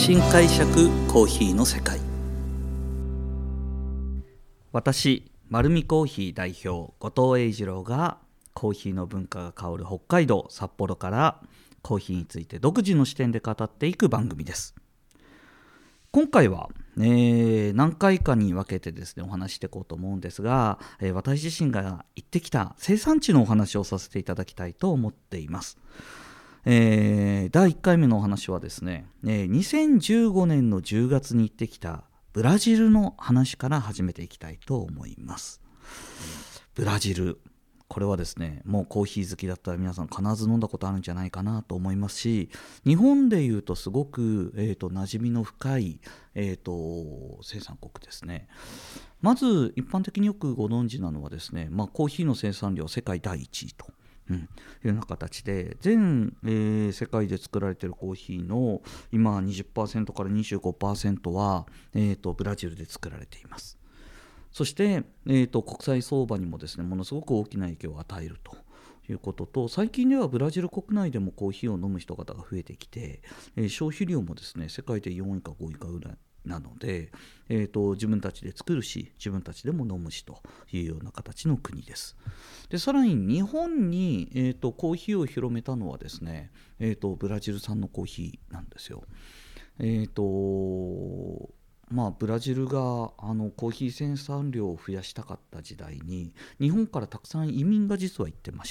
新解釈コーヒーの世界。私丸見コーヒー代表後藤英二郎がコーヒーの文化が香る北海道札幌からコーヒーについて独自の視点で語っていく番組です。今回は、何回かに分けてですねお話していこうと思うんですが、私自身が行ってきた生産地のお話をさせていただきたいと思っています。第1回目のお話はですね、2015年の10月に行ってきたブラジルの話から始めていきたいと思います。ブラジル、これはですねもうコーヒー好きだったら皆さん必ず飲んだことあるんじゃないかなと思いますし、日本でいうとすごく、馴染みの深い、生産国ですね。まず一般的によくご存知なのはですね、コーヒーの生産量世界第1位というような形で全、世界で作られているコーヒーの今 20% から 25% は、ブラジルで作られています。そして、国際相場にもですねものすごく大きな影響を与えるということと、最近ではブラジル国内でもコーヒーを飲む人方が増えてきて、消費量もですね世界で4位か5位かぐらいなので、自分たちで作るし自分たちでも飲むしというような形の国です。でさらに日本に、コーヒーを広めたのはですね、ブラジル産のコーヒーなんですよ。ブラジルがコーヒー生産量を増やしたかった時代に日本からたくさん移民が実は行ってまして、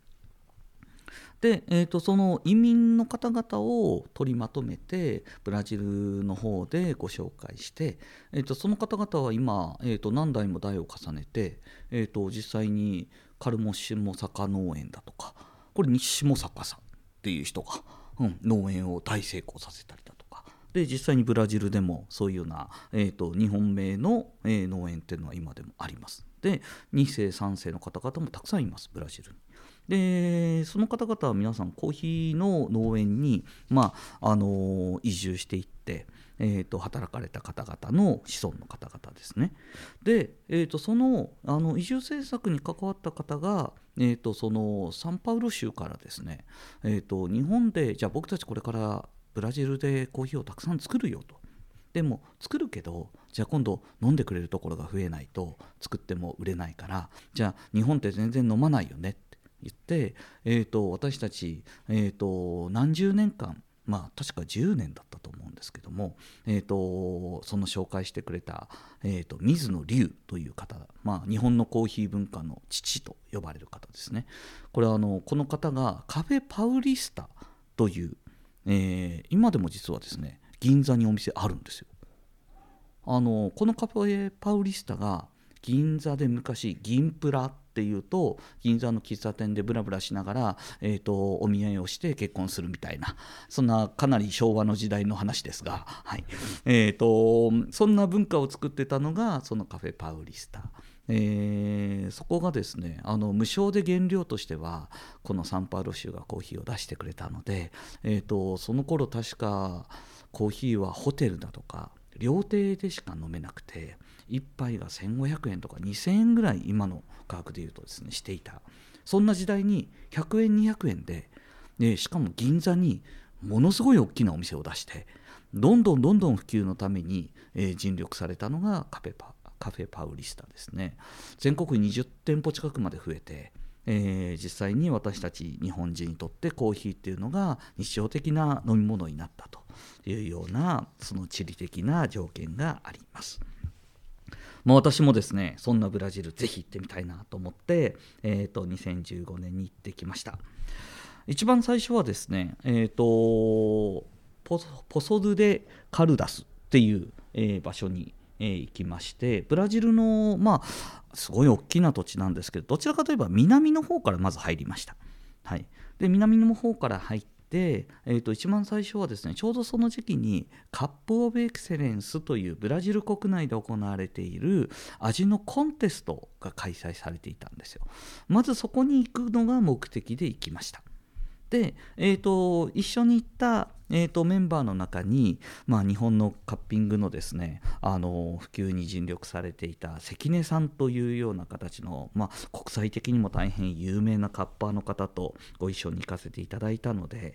で、その移民の方々を取りまとめてブラジルの方でご紹介して、その方々は今、何代も代を重ねて、実際にカルモ下坂農園だとか、これ西下坂さんっていう人が、農園を大成功させたりだとかで、実際にブラジルでもそういうような、日本名の、農園っていうのは今でもあります。で2世3世の方々もたくさんいますブラジルに。でその方々は皆さんコーヒーの農園に、移住していって、働かれた方々の子孫の方々ですね。で、その、移住政策に関わった方が、そのサンパウロ州からですね、日本でじゃあ僕たちこれからブラジルでコーヒーをたくさん作るよと。でも作るけどじゃあ今度飲んでくれるところが増えないと作っても売れないから、じゃあ日本って全然飲まないよねって言って、私たち、何十年間、確か10年だったと思うんですけども、その紹介してくれた、水野龍という方、日本のコーヒー文化の父と呼ばれる方ですね。これはこの方がカフェパウリスタという、今でも実はですね銀座にお店あるんですよ。このカフェパウリスタが銀座で昔銀プラっていうと銀座の喫茶店でブラブラしながら、お見合いをして結婚するみたいな、そんなかなり昭和の時代の話ですが、そんな文化を作ってたのがそのカフェパウリスタ。そこがですね無償で原料としてはこのサンパウロ州がコーヒーを出してくれたので、その頃確かコーヒーはホテルだとか料亭でしか飲めなくて1杯が1500円とか2000円ぐらい今の価格でいうとですねしていた。そんな時代に100円200円で、しかも銀座にものすごい大きなお店を出してどんどん普及のために、尽力されたのがカフェパウリスタですね。全国に20店舗近くまで増えて、実際に私たち日本人にとってコーヒーっていうのが日常的な飲み物になったというようなその地理的な条件があります。私もですねそんなブラジルぜひ行ってみたいなと思って、2015年に行ってきました。一番最初はですね、ポソドゥ・デ・カルダスっていう、場所に行きまして、ブラジルのすごい大きな土地なんですけど、どちらかといえば南の方からまず入りました。で南の方から入って、一番最初はですねちょうどその時期にカップオブエクセレンスというブラジル国内で行われている味のコンテストが開催されていたんですよ。まずそこに行くのが目的で行きました。で、一緒に行った、メンバーの中に、日本のカッピングのですね普及に尽力されていた関根さんというような形の、国際的にも大変有名なカッパーの方とご一緒に行かせていただいたので、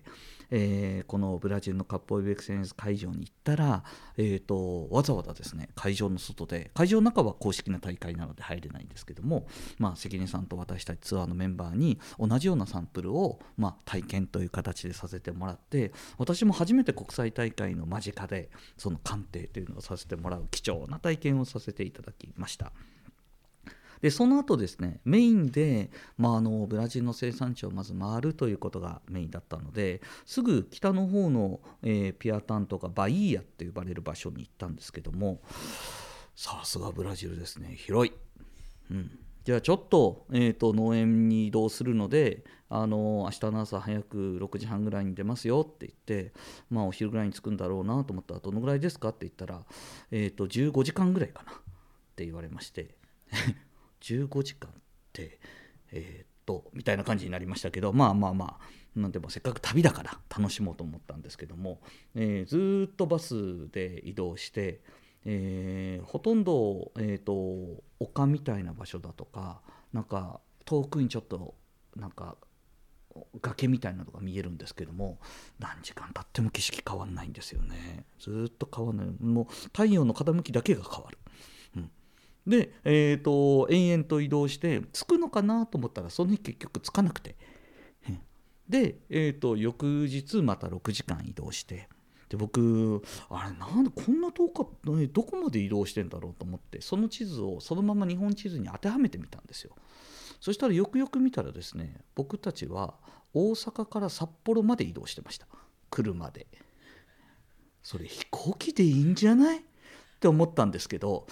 このブラジルのカッポ・オブ・エクセレンス会場に行ったら、わざわざですね会場の外で、会場の中は公式な大会なので入れないんですけども、関根さんと私たちツアーのメンバーに同じようなサンプルを、体験という形でさせてもらって、私も初めて国際大会の間近でその鑑定というのをさせてもらう貴重な体験をさせていただきました。でその後ですね、メインで、ブラジルの生産地をまず回るということがメインだったので、すぐ北の方の、ピアタンとかバイーヤって呼ばれる場所に行ったんですけども、さすがブラジルですね、広い。じゃあちょっと、農園に移動するので、明日の朝早く6時半ぐらいに出ますよって言って、お昼ぐらいに着くんだろうなと思ったら、どのぐらいですかって言ったら、15時間ぐらいかなって言われまして15時間ってみたいな感じになりましたけど、なんでもせっかく旅だから楽しもうと思ったんですけども、ずっとバスで移動して、ほとんど、丘みたいな場所だとか、なんか遠くにちょっとなんか崖みたいなのが見えるんですけども、何時間経っても景色変わんないんですよね。ずっと変わんない。もう太陽の傾きだけが変わる。で、延々と移動して着くのかなと思ったら、その日結局着かなくて、で、翌日また6時間移動して、で僕なんでこんな遠かった、どこまで移動してんだろうと思って、その地図をそのまま日本地図に当てはめてみたんですよ。そしたらよくよく見たらですね、僕たちは大阪から札幌まで移動してました、車で。それ飛行機でいいんじゃないって思ったんですけど、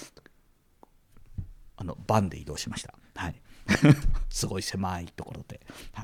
バンで移動しました。すごい狭いところで、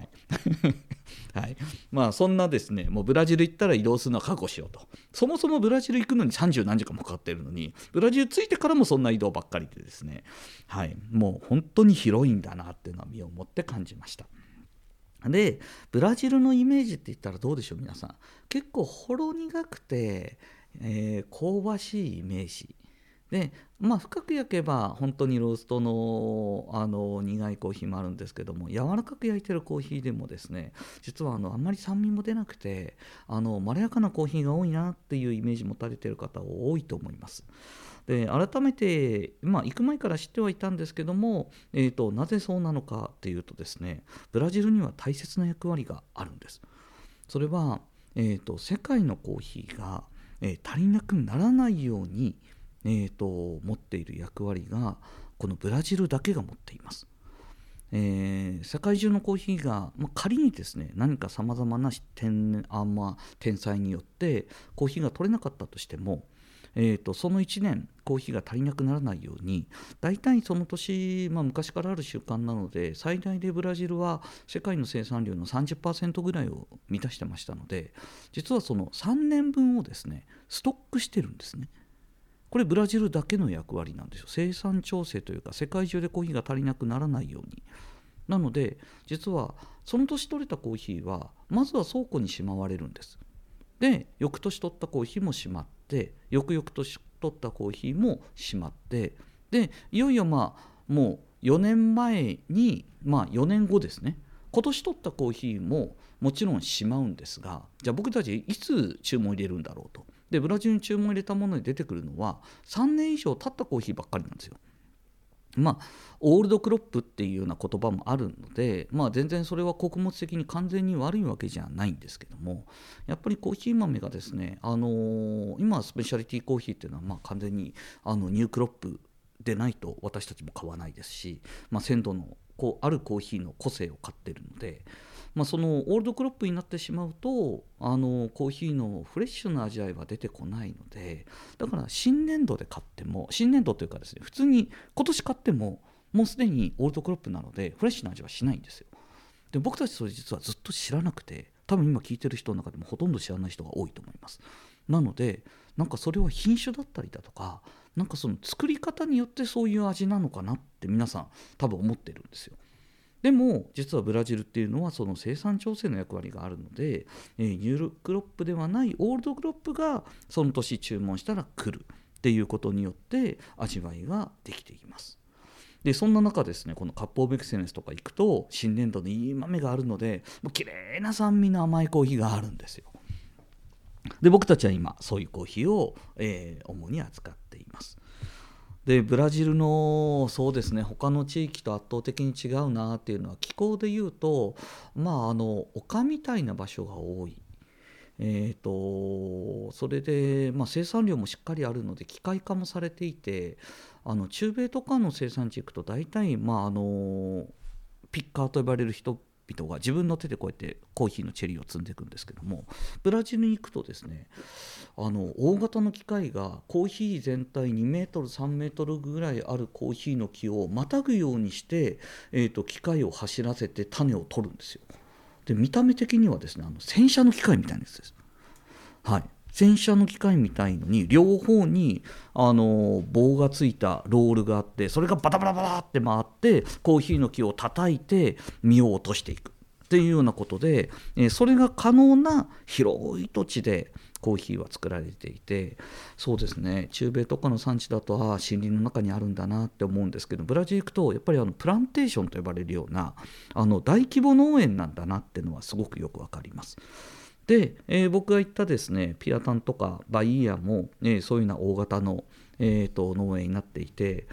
そんなですね、もうブラジル行ったら移動するのは覚悟しようと。そもそもブラジル行くのに30何時間もかかっているのに、ブラジル着いてからもそんな移動ばっかりでですね、もう本当に広いんだなっていうのは身をもって感じました。でブラジルのイメージって言ったらどうでしょう皆さん。結構ほろ苦くて、香ばしいイメージで、深く焼けば本当にローストの、苦いコーヒーもあるんですけども、柔らかく焼いてるコーヒーでもですね、実はあんまり酸味も出なくて、まろやかなコーヒーが多いなっていうイメージ持たれている方多いと思います。で改めて、行く前から知ってはいたんですけども、なぜそうなのかっていうとですね、ブラジルには大切な役割があるんです。それは、世界のコーヒーが、足りなくならないように持っている役割がこのブラジルだけが持っています。世界中のコーヒーが、仮にですね何かさまざまな天災によってコーヒーが取れなかったとしても、その1年コーヒーが足りなくならないように、大体その年、昔からある習慣なので、最大でブラジルは世界の生産量の 30% ぐらいを満たしてましたので、実はその3年分をですねストックしてるんですね。これブラジルだけの役割なんですよ。生産調整というか、世界中でコーヒーが足りなくならないように。なので実はその年取れたコーヒーはまずは倉庫にしまわれるんです。で翌年取ったコーヒーもしまって、翌々年取ったコーヒーもしまって、でいよいよもう4年前に、4年後ですね、今年取ったコーヒーももちろんしまうんですが、じゃあ僕たちいつ注文入れるんだろうと。でブラジルに注文入れたものに出てくるのは3年以上経ったコーヒーばっかりなんですよ。オールドクロップっていうような言葉もあるので、全然それは穀物的に完全に悪いわけじゃないんですけども、やっぱりコーヒー豆がですね、今スペシャリティコーヒーっていうのは完全にニュークロップでないと私たちも買わないですし、鮮度のあるコーヒーの個性を買ってるので、そのオールドクロップになってしまうとコーヒーのフレッシュな味わいは出てこないので、だから新年度で買っても、新年度というかですね、普通に今年買ってももうすでにオールドクロップなのでフレッシュな味はしないんですよ。で僕たちそれ実はずっと知らなくて、多分今聞いてる人の中でもほとんど知らない人が多いと思います。なのでそれは品種だったりだとか、その作り方によってそういう味なのかなって皆さん多分思ってるんですよ。でも実はブラジルっていうのはその生産調整の役割があるので、ニュークロップではないオールドクロップがその年注文したら来るっていうことによって味わいができています。でそんな中ですね、このカップオブエクセレンスとか行くと新年度のいい豆があるので、もう綺麗な酸味の甘いコーヒーがあるんですよ。 で僕たちは今そういうコーヒーを、主に扱っています。でブラジルのそうですね、他の地域と圧倒的に違うなっていうのは気候でいうと、丘みたいな場所が多い。それで、生産量もしっかりあるので機械化もされていて、中米とかの生産地行くと大体、ピッカーと呼ばれる人々が自分の手でこうやってコーヒーのチェリーを摘んでいくんですけども、ブラジルに行くとですね、大型の機械がコーヒー全体2メートル3メートルぐらいあるコーヒーの木をまたぐようにして、機械を走らせて種を取るんですよ。で見た目的にはですね、洗車の機械みたいなやつです。はい、洗車の機械みたいのに両方に棒がついたロールがあって、それがバタバタバタって回ってコーヒーの木を叩いて実を落としていくっていうようなことで、それが可能な広い土地でコーヒーは作られていて、そうですね、中米とかの産地だと森林の中にあるんだなって思うんですけど、ブラジル行くとやっぱりプランテーションと呼ばれるような大規模農園なんだなっていうのはすごくよくわかります。で、僕が行ったですねピアタンとかバイヤーも、そういうような大型の、農園になっていて、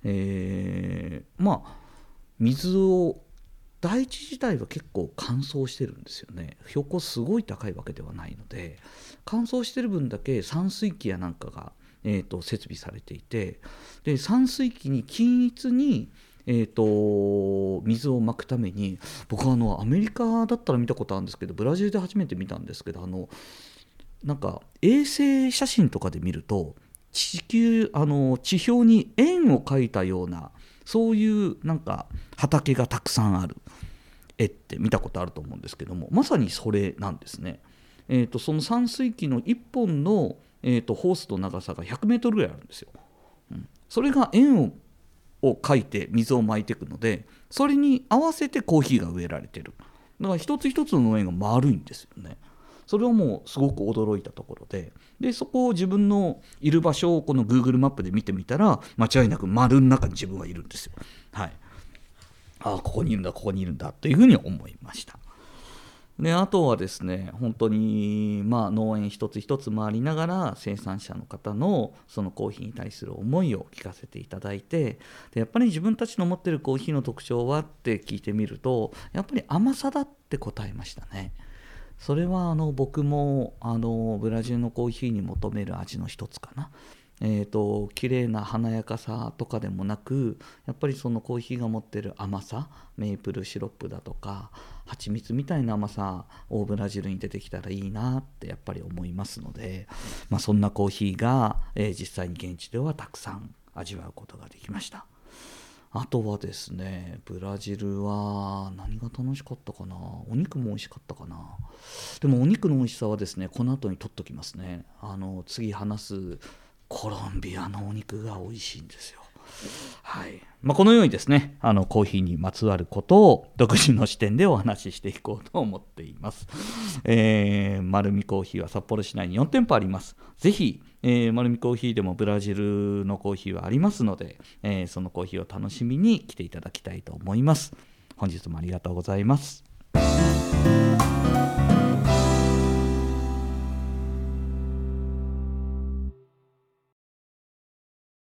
水を大地自体は結構乾燥してるんですよね。標高すごい高いわけではないので、乾燥してる分だけ散水機やなんかが、設備されていて、で散水機に均一に、水をまくために、僕はアメリカだったら見たことあるんですけど、ブラジルで初めて見たんですけど、なんか衛星写真とかで見ると地表に円を描いたような、そういうなんか畑がたくさんある絵って見たことあると思うんですけども、まさにそれなんですね。その散水機の1本の、ホースの長さが100メートルぐらいあるんですよ。それが円を描いて水をまいていくので、それに合わせてコーヒーが植えられてる。だから一つ一つの農園が丸いんですよね。それはもうすごく驚いたところで、そこを自分のいる場所をこの Google マップで見てみたら、間違いなく丸の中に自分はいるんですよ。はい、ここにいるんだここにいるんだというふうに思いました。であとはですね、本当に農園一つ一つ回りながら生産者の方のそのコーヒーに対する思いを聞かせていただいて、でやっぱり自分たちの持っているコーヒーの特徴はって聞いてみると、やっぱり甘さだって答えましたね。それは僕もブラジルのコーヒーに求める味の一つかな。綺麗な華やかさとかでもなく、やっぱりそのコーヒーが持ってる甘さ、メープルシロップだとか蜂蜜みたいな甘さをブラジルに出てきたらいいなってやっぱり思いますので、そんなコーヒーが、実際に現地ではたくさん味わうことができました。あとはですね、ブラジルは何が楽しかったかな。お肉も美味しかったかな。でもお肉の美味しさはですね、この後に取っときますね。次話すコロンビアのお肉が美味しいんですよ。はい。このようにですね、コーヒーにまつわることを独自の視点でお話ししていこうと思っています。丸見コーヒーは札幌市内に4店舗あります。ぜひ、丸見コーヒーでもブラジルのコーヒーはありますので、そのコーヒーを楽しみに来ていただきたいと思います。本日もありがとうございます。